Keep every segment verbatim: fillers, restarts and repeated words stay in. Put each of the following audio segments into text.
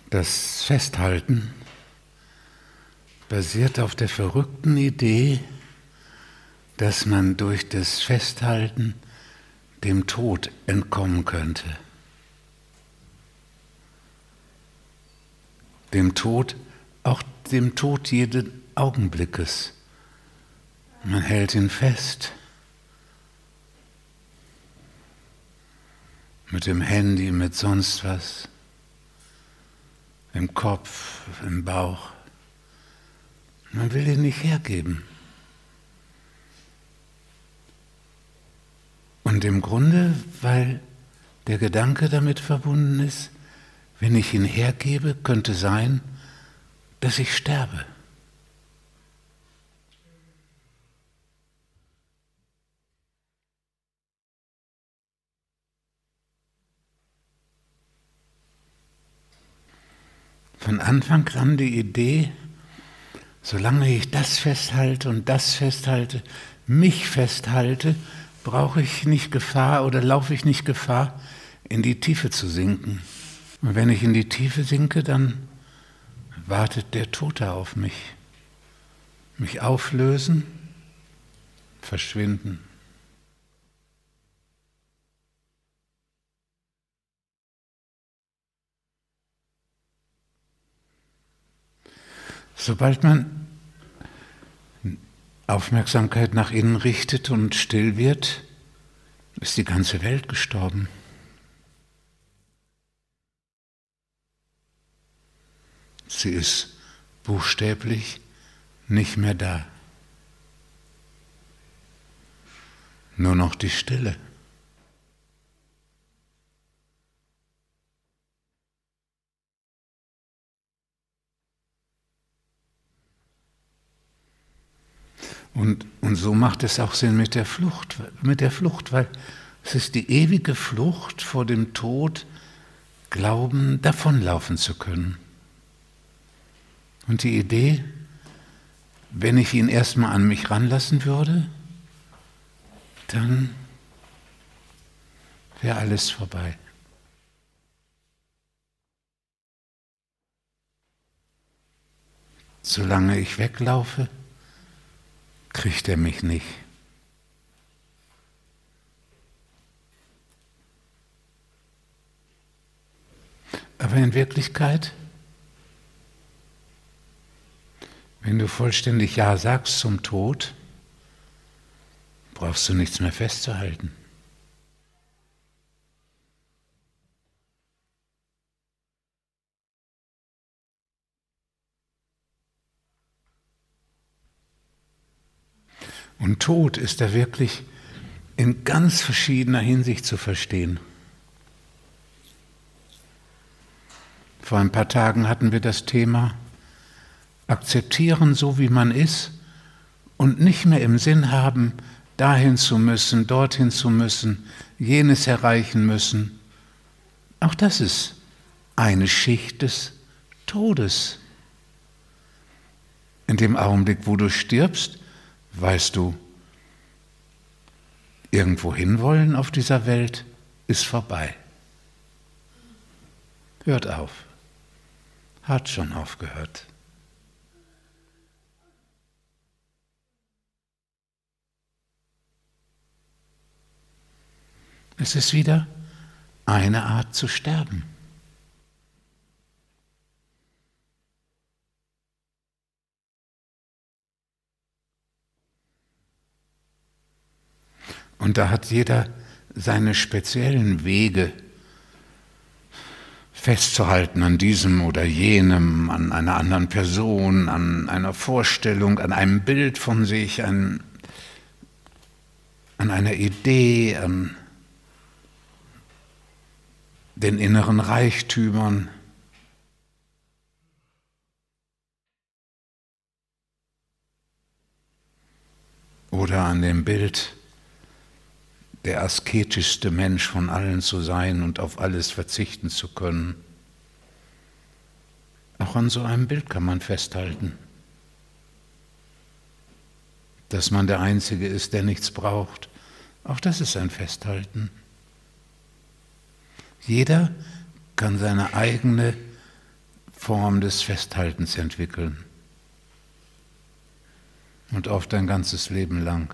Das Festhalten basiert auf der verrückten Idee, dass man durch das Festhalten dem Tod entkommen könnte. Dem Tod, auch dem Tod jeden Augenblickes. Man hält ihn fest. Mit dem Handy, mit sonst was. Im Kopf, im Bauch. Man will ihn nicht hergeben. Und im Grunde, weil der Gedanke damit verbunden ist, wenn ich ihn hergebe, könnte sein, dass ich sterbe. Von Anfang an die Idee, solange ich das festhalte und das festhalte, mich festhalte, brauche ich nicht Gefahr oder laufe ich nicht Gefahr, in die Tiefe zu sinken. Und wenn ich in die Tiefe sinke, dann wartet der Tote auf mich. Mich auflösen, verschwinden. Sobald man Aufmerksamkeit nach innen richtet und still wird, ist die ganze Welt gestorben. Sie ist buchstäblich nicht mehr da. Nur noch die Stille. Und, und so macht es auch Sinn mit der Flucht, mit der Flucht, weil es ist die ewige Flucht vor dem Tod, glauben, davonlaufen zu können. Und die Idee, wenn ich ihn erstmal an mich ranlassen würde, dann wäre alles vorbei. Solange ich weglaufe, kriegt er mich nicht. Aber in Wirklichkeit, wenn du vollständig Ja sagst zum Tod, brauchst du nichts mehr festzuhalten. Und Tod ist da wirklich in ganz verschiedener Hinsicht zu verstehen. Vor ein paar Tagen hatten wir das Thema akzeptieren, so wie man ist und nicht mehr im Sinn haben, dahin zu müssen, dorthin zu müssen, jenes erreichen müssen. Auch das ist eine Schicht des Todes. In dem Augenblick, wo du stirbst, weißt du, irgendwo hinwollen auf dieser Welt ist vorbei. Hört auf. Hat schon aufgehört. Es ist wieder eine Art zu sterben. Und da hat jeder seine speziellen Wege festzuhalten an diesem oder jenem, an einer anderen Person, an einer Vorstellung, an einem Bild von sich, an, an einer Idee, an den inneren Reichtümern. Oder an dem Bild, der asketischste Mensch von allen zu sein und auf alles verzichten zu können. Auch an so einem Bild kann man festhalten, dass man der Einzige ist, der nichts braucht. Auch das ist ein Festhalten. Jeder kann seine eigene Form des Festhaltens entwickeln. Und oft ein ganzes Leben lang.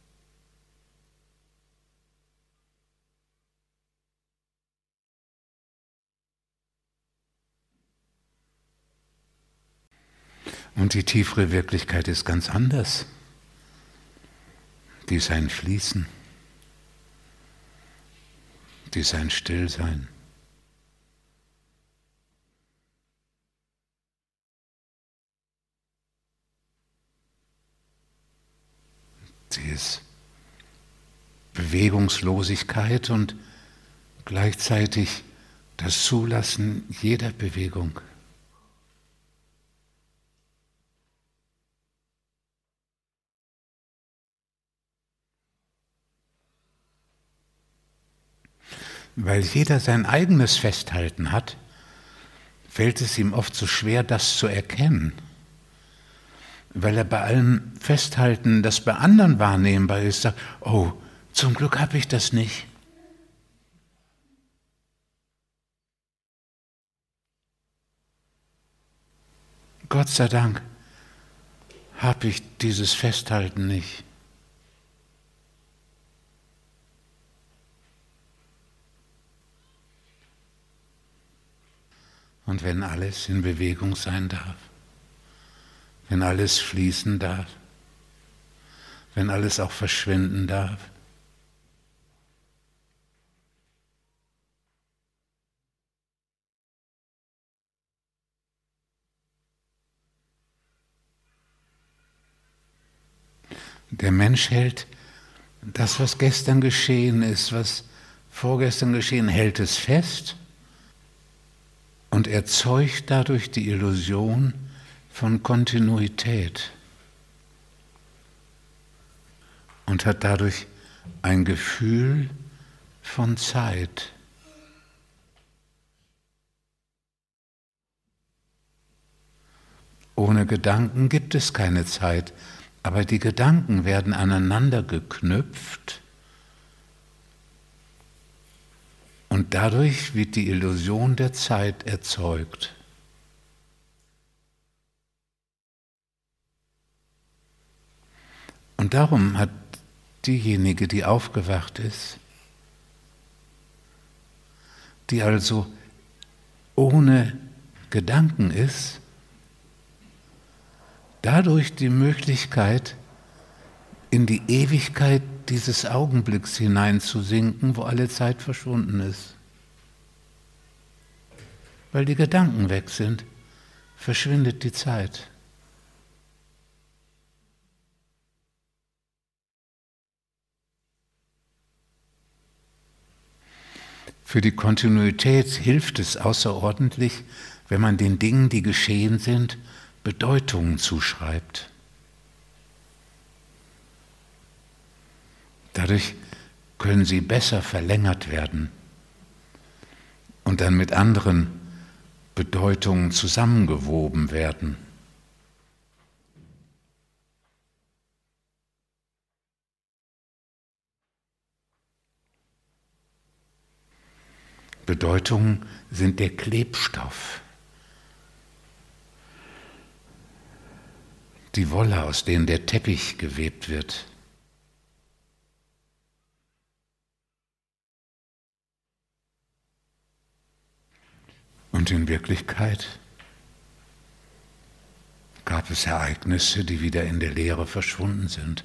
Und die tiefere Wirklichkeit ist ganz anders. Die ist ein Fließen. Die ist ein Stillsein. Sie ist Bewegungslosigkeit und gleichzeitig das Zulassen jeder Bewegung. Weil jeder sein eigenes Festhalten hat, fällt es ihm oft so schwer, das zu erkennen. Weil er bei allem Festhalten, das bei anderen wahrnehmbar ist, sagt, oh, zum Glück habe ich das nicht. Gott sei Dank habe ich dieses Festhalten nicht. Und wenn alles in Bewegung sein darf, wenn alles fließen darf, wenn alles auch verschwinden darf, der Mensch hält das, was gestern geschehen ist, was vorgestern geschehen, hält es fest und erzeugt dadurch die Illusion von Kontinuität und hat dadurch ein Gefühl von Zeit. Ohne Gedanken gibt es keine Zeit, aber die Gedanken werden aneinander geknüpft und dadurch wird die Illusion der Zeit erzeugt. Und darum hat diejenige, die aufgewacht ist, die also ohne Gedanken ist, dadurch die Möglichkeit, in die Ewigkeit dieses Augenblicks hineinzusinken, wo alle Zeit verschwunden ist. Weil die Gedanken weg sind, verschwindet die Zeit. Für die Kontinuität hilft es außerordentlich, wenn man den Dingen, die geschehen sind, Bedeutungen zuschreibt. Dadurch können sie besser verlängert werden und dann mit anderen Bedeutungen zusammengewoben werden. Bedeutungen sind der Klebstoff, die Wolle, aus denen der Teppich gewebt wird. Und in Wirklichkeit gab es Ereignisse, die wieder in der Leere verschwunden sind.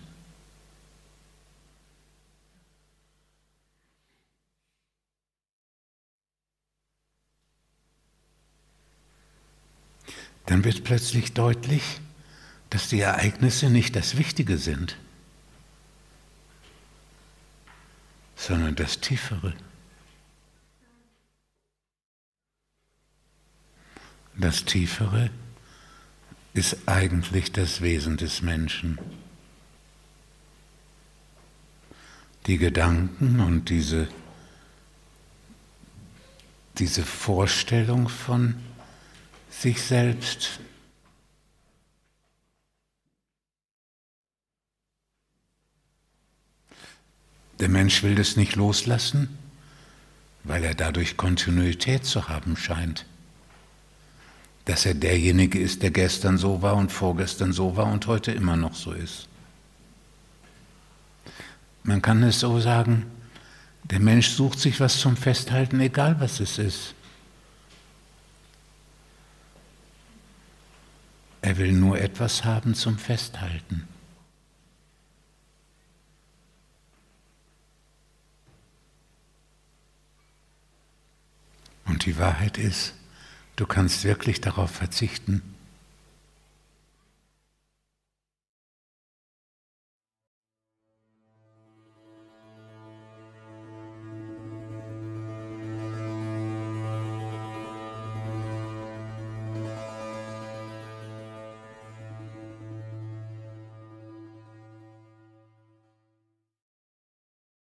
Dann wird plötzlich deutlich, dass die Ereignisse nicht das Wichtige sind, sondern das Tiefere. Das Tiefere ist eigentlich das Wesen des Menschen. Die Gedanken und diese, diese Vorstellung von sich selbst. Der Mensch will das nicht loslassen, weil er dadurch Kontinuität zu haben scheint. dass er derjenige ist, der gestern so war und vorgestern so war und heute immer noch so ist. Man kann es so sagen, der Mensch sucht sich was zum Festhalten, egal was es ist. Er will nur etwas haben zum Festhalten. Und die Wahrheit ist, du kannst wirklich darauf verzichten,